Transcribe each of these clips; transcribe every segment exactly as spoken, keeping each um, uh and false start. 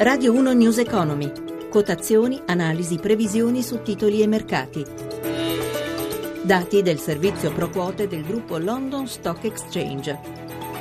Radio uno News Economy. Quotazioni, analisi, previsioni su titoli e mercati. Dati del servizio pro quote del gruppo London Stock Exchange.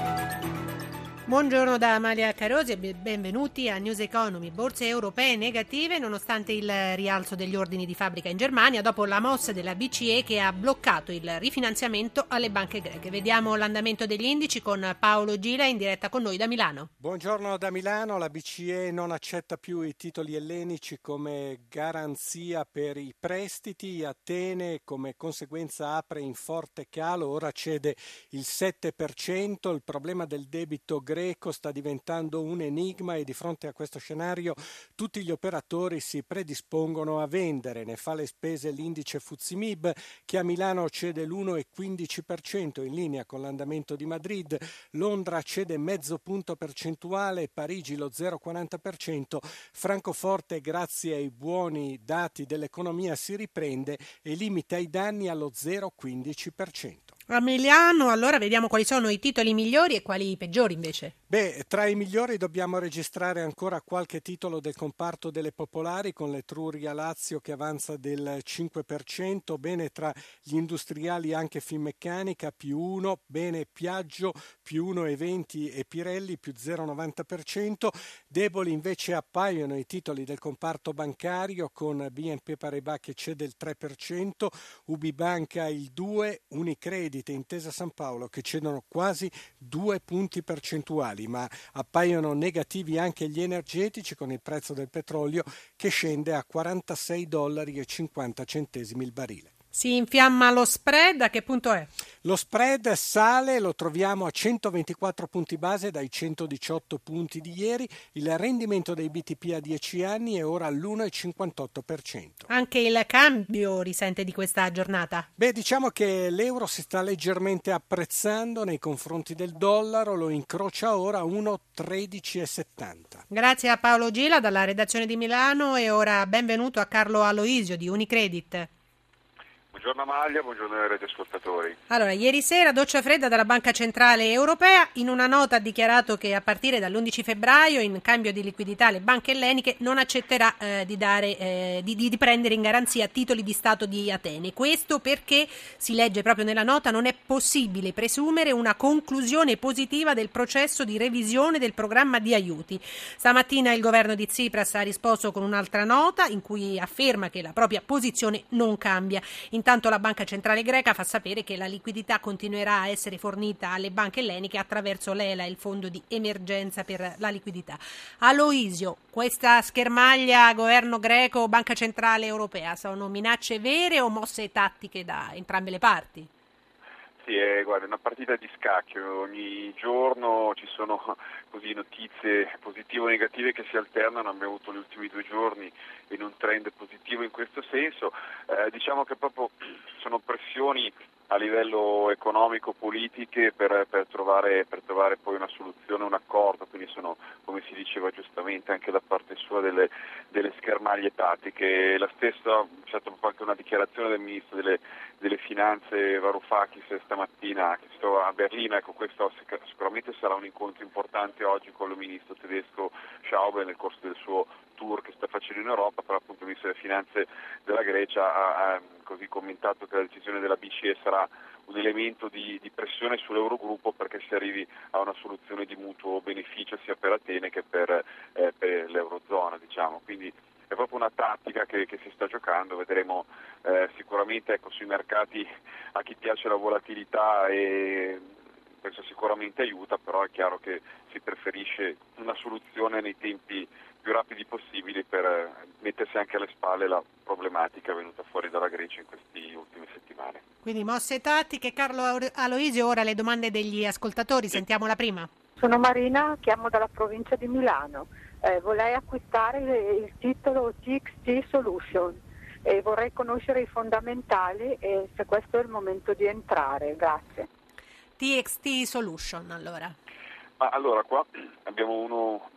Buongiorno da Amalia Carosi e benvenuti a News Economy. Borse europee negative nonostante il rialzo degli ordini di fabbrica in Germania dopo la mossa della B C E che ha bloccato il rifinanziamento alle banche greche. Vediamo l'andamento degli indici con Paolo Gila in diretta con noi da Milano. Buongiorno da Milano. La B C E non accetta più i titoli ellenici come garanzia per i prestiti. Atene come conseguenza apre in forte calo, ora cede il sette per cento. Il problema del debito greco sta diventando un enigma e di fronte a questo scenario tutti gli operatori si predispongono a vendere. Ne fa le spese l'indice Fuzimib che a Milano cede l'uno virgola quindici per cento in linea con l'andamento di Madrid. Londra cede mezzo punto percentuale, Parigi lo zero virgola quaranta per cento. Francoforte grazie ai buoni dati dell'economia si riprende e limita i danni allo zero virgola quindici per cento. A Milano, allora vediamo quali sono i titoli migliori e quali i peggiori invece. Beh, tra i migliori dobbiamo registrare ancora qualche titolo del comparto delle popolari con l'Etruria Lazio che avanza del cinque per cento, bene tra gli industriali anche Finmeccanica più uno, bene Piaggio più uno virgola venti e Pirelli più zero virgola novanta per cento, deboli invece appaiono i titoli del comparto bancario con B N P Paribas che cede il tre per cento, Ubibanca il due per cento, Unicredit e Intesa San Paolo che cedono quasi due punti percentuali, ma appaiono negativi anche gli energetici con il prezzo del petrolio che scende a quarantasei dollari e cinquanta centesimi il barile. Si infiamma lo spread, a che punto è? Lo spread sale, lo troviamo a centoventiquattro punti base dai centodiciotto punti di ieri, il rendimento dei B T P a dieci anni è ora all'uno virgola cinquantotto per cento. Anche il cambio risente di questa giornata? Beh, diciamo che l'euro si sta leggermente apprezzando nei confronti del dollaro, lo incrocia ora a uno virgola tredici settanta. Grazie a Paolo Gila dalla redazione di Milano e ora benvenuto a Carlo Aloisio di Unicredit. Buongiorno Amalia, buongiorno ai radioascoltatori. Allora, ieri sera doccia fredda dalla Banca Centrale Europea, in una nota ha dichiarato che a partire dall'undici febbraio in cambio di liquidità le banche elleniche non accetterà eh, di, dare, eh, di, di prendere in garanzia titoli di Stato di Atene. Questo perché, si legge proprio nella nota, non è possibile presumere una conclusione positiva del processo di revisione del programma di aiuti. Stamattina il governo di Tsipras ha risposto con un'altra nota in cui afferma che la propria posizione non cambia. Intanto la Banca Centrale Greca fa sapere che la liquidità continuerà a essere fornita alle banche elleniche attraverso l'E L A, il fondo di emergenza per la liquidità. Aloisio, questa schermaglia governo greco, Banca Centrale Europea, sono minacce vere o mosse tattiche da entrambe le parti? Sì, è guarda, una partita di scacchi, ogni giorno ci sono così notizie positive o negative che si alternano, abbiamo avuto gli ultimi due giorni in un trend positivo in questo senso, eh, diciamo che proprio sono pressioni a livello economico-politiche per, per, trovare, per trovare poi una soluzione, un accordo, quindi sono, come si diceva giustamente anche da parte sua, delle, delle schermaglie tattiche. La stessa, c'è stata anche una dichiarazione del ministro delle, delle finanze Varoufakis stamattina che si trova a Berlino, ecco questo sicuramente sarà un incontro importante oggi con il ministro tedesco Schäuble nel corso del suo tour che sta facendo in Europa, però appunto il ministro delle finanze della Grecia ha, ha così commentato che la decisione della B C E sarà un elemento di, di pressione sull'Eurogruppo perché si arrivi a una soluzione di mutuo beneficio sia per Atene che per, eh, per l'Eurozona, diciamo. Quindi è proprio una tattica che, che si sta giocando, vedremo eh, sicuramente ecco, sui mercati a chi piace la volatilità e questo sicuramente aiuta, però è chiaro che si preferisce una soluzione nei tempi più rapidi possibili per mettersi anche alle spalle la problematica venuta fuori dalla Grecia in queste ultime settimane. Quindi mosse tattiche. Carlo Aloisio, ora le domande degli ascoltatori, sì. Sentiamo la prima. Sono Marina, chiamo dalla provincia di Milano, eh, vorrei acquistare il titolo T X T Solution e vorrei conoscere i fondamentali e se questo è il momento di entrare, grazie. T X T Solution allora. Ah, allora qua abbiamo uno dei titoli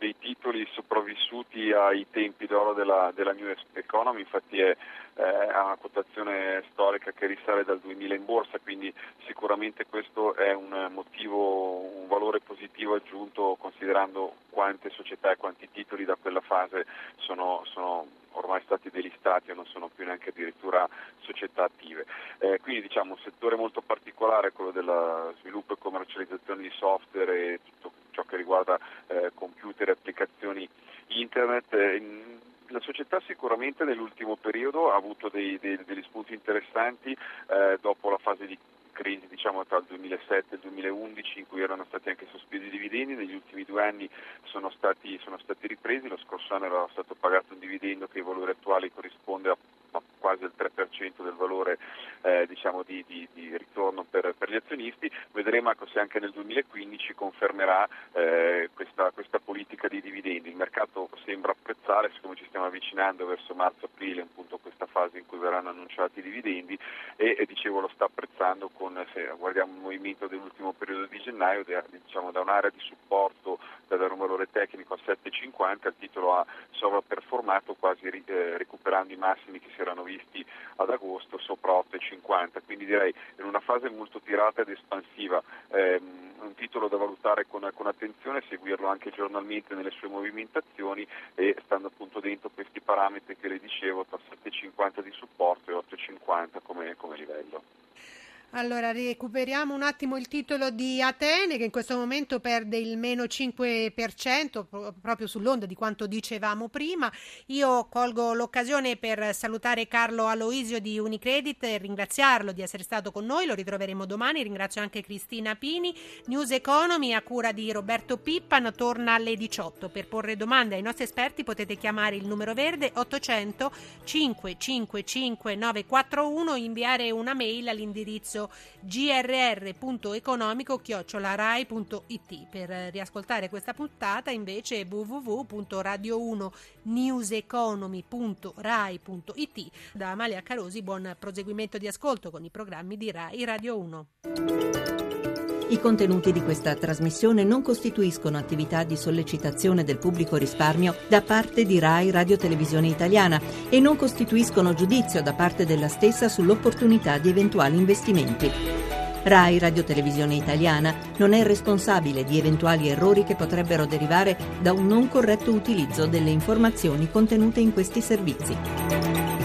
titoli sopravvissuti ai tempi d'oro della, della New Economy, infatti è eh, ha una quotazione storica che risale dal duemila in borsa, quindi sicuramente questo è un motivo, un valore positivo aggiunto, considerando quante società e quanti titoli da quella fase sono, sono ormai stati delistati e non sono più neanche addirittura società attive. Eh, quindi diciamo un settore molto particolare, quello dello sviluppo e commercializzazione di software e tutto ciò che riguarda eh, computer e applicazioni internet. Eh, La società sicuramente nell'ultimo periodo ha avuto dei, dei, degli spunti interessanti eh, dopo la fase di crisi, diciamo tra il duemilasette e il duemilaundici, in cui erano stati anche sospesi i dividendi. Negli ultimi due anni sono stati, sono stati ripresi. Lo scorso anno era stato pagato un dividendo che ai valori attuali corrisponde a quasi il tre per cento del valore eh, diciamo di, di, di ritorno per, per gli azionisti. Vedremo ecco, se anche nel duemilaquindici confermerà eh, questa, questa politica di dividendi. Il mercato sembra apprezzare, siccome ci stiamo avvicinando verso marzo-aprile, appunto questa fase in cui verranno annunciati i dividendi, e, e dicevo lo sta apprezzando con, se guardiamo il movimento dell'ultimo periodo di gennaio, de, diciamo da un'area di supporto da dare un valore tecnico a sette virgola cinquanta, il titolo ha sovraperformato quasi eh, recuperando i massimi che si erano visti ad agosto sopra otto virgola cinquanta, quindi direi in una fase molto tirata ed espansiva, ehm, un titolo da valutare con, con attenzione, seguirlo anche giornalmente nelle sue movimentazioni e stando appunto dentro questi parametri che le dicevo tra sette virgola cinquanta di supporto e otto virgola cinquanta come, come livello. Allora recuperiamo un attimo il titolo di Atene, che in questo momento perde il meno cinque per cento proprio sull'onda di quanto dicevamo prima. Io colgo l'occasione per salutare Carlo Aloisio di Unicredit e ringraziarlo di essere stato con noi. Lo ritroveremo domani. Ringrazio anche Cristina Pini. News Economy a cura di Roberto Pippan torna alle diciotto. Per porre domande ai nostri esperti potete chiamare il numero verde ottocento cinquecentocinquantacinque novantaquattro e inviare una mail all'indirizzo g r r punto economico chiocciola rai punto it. Per riascoltare questa puntata invece w w w punto radio uno newseconomy punto rai punto it. Da Amalia Carosi buon proseguimento di ascolto con i programmi di Rai Radio uno. I contenuti di questa trasmissione non costituiscono attività di sollecitazione del pubblico risparmio da parte di Rai Radio Televisione Italiana e non costituiscono giudizio da parte della stessa sull'opportunità di eventuali investimenti. Rai Radio Televisione Italiana non è responsabile di eventuali errori che potrebbero derivare da un non corretto utilizzo delle informazioni contenute in questi servizi.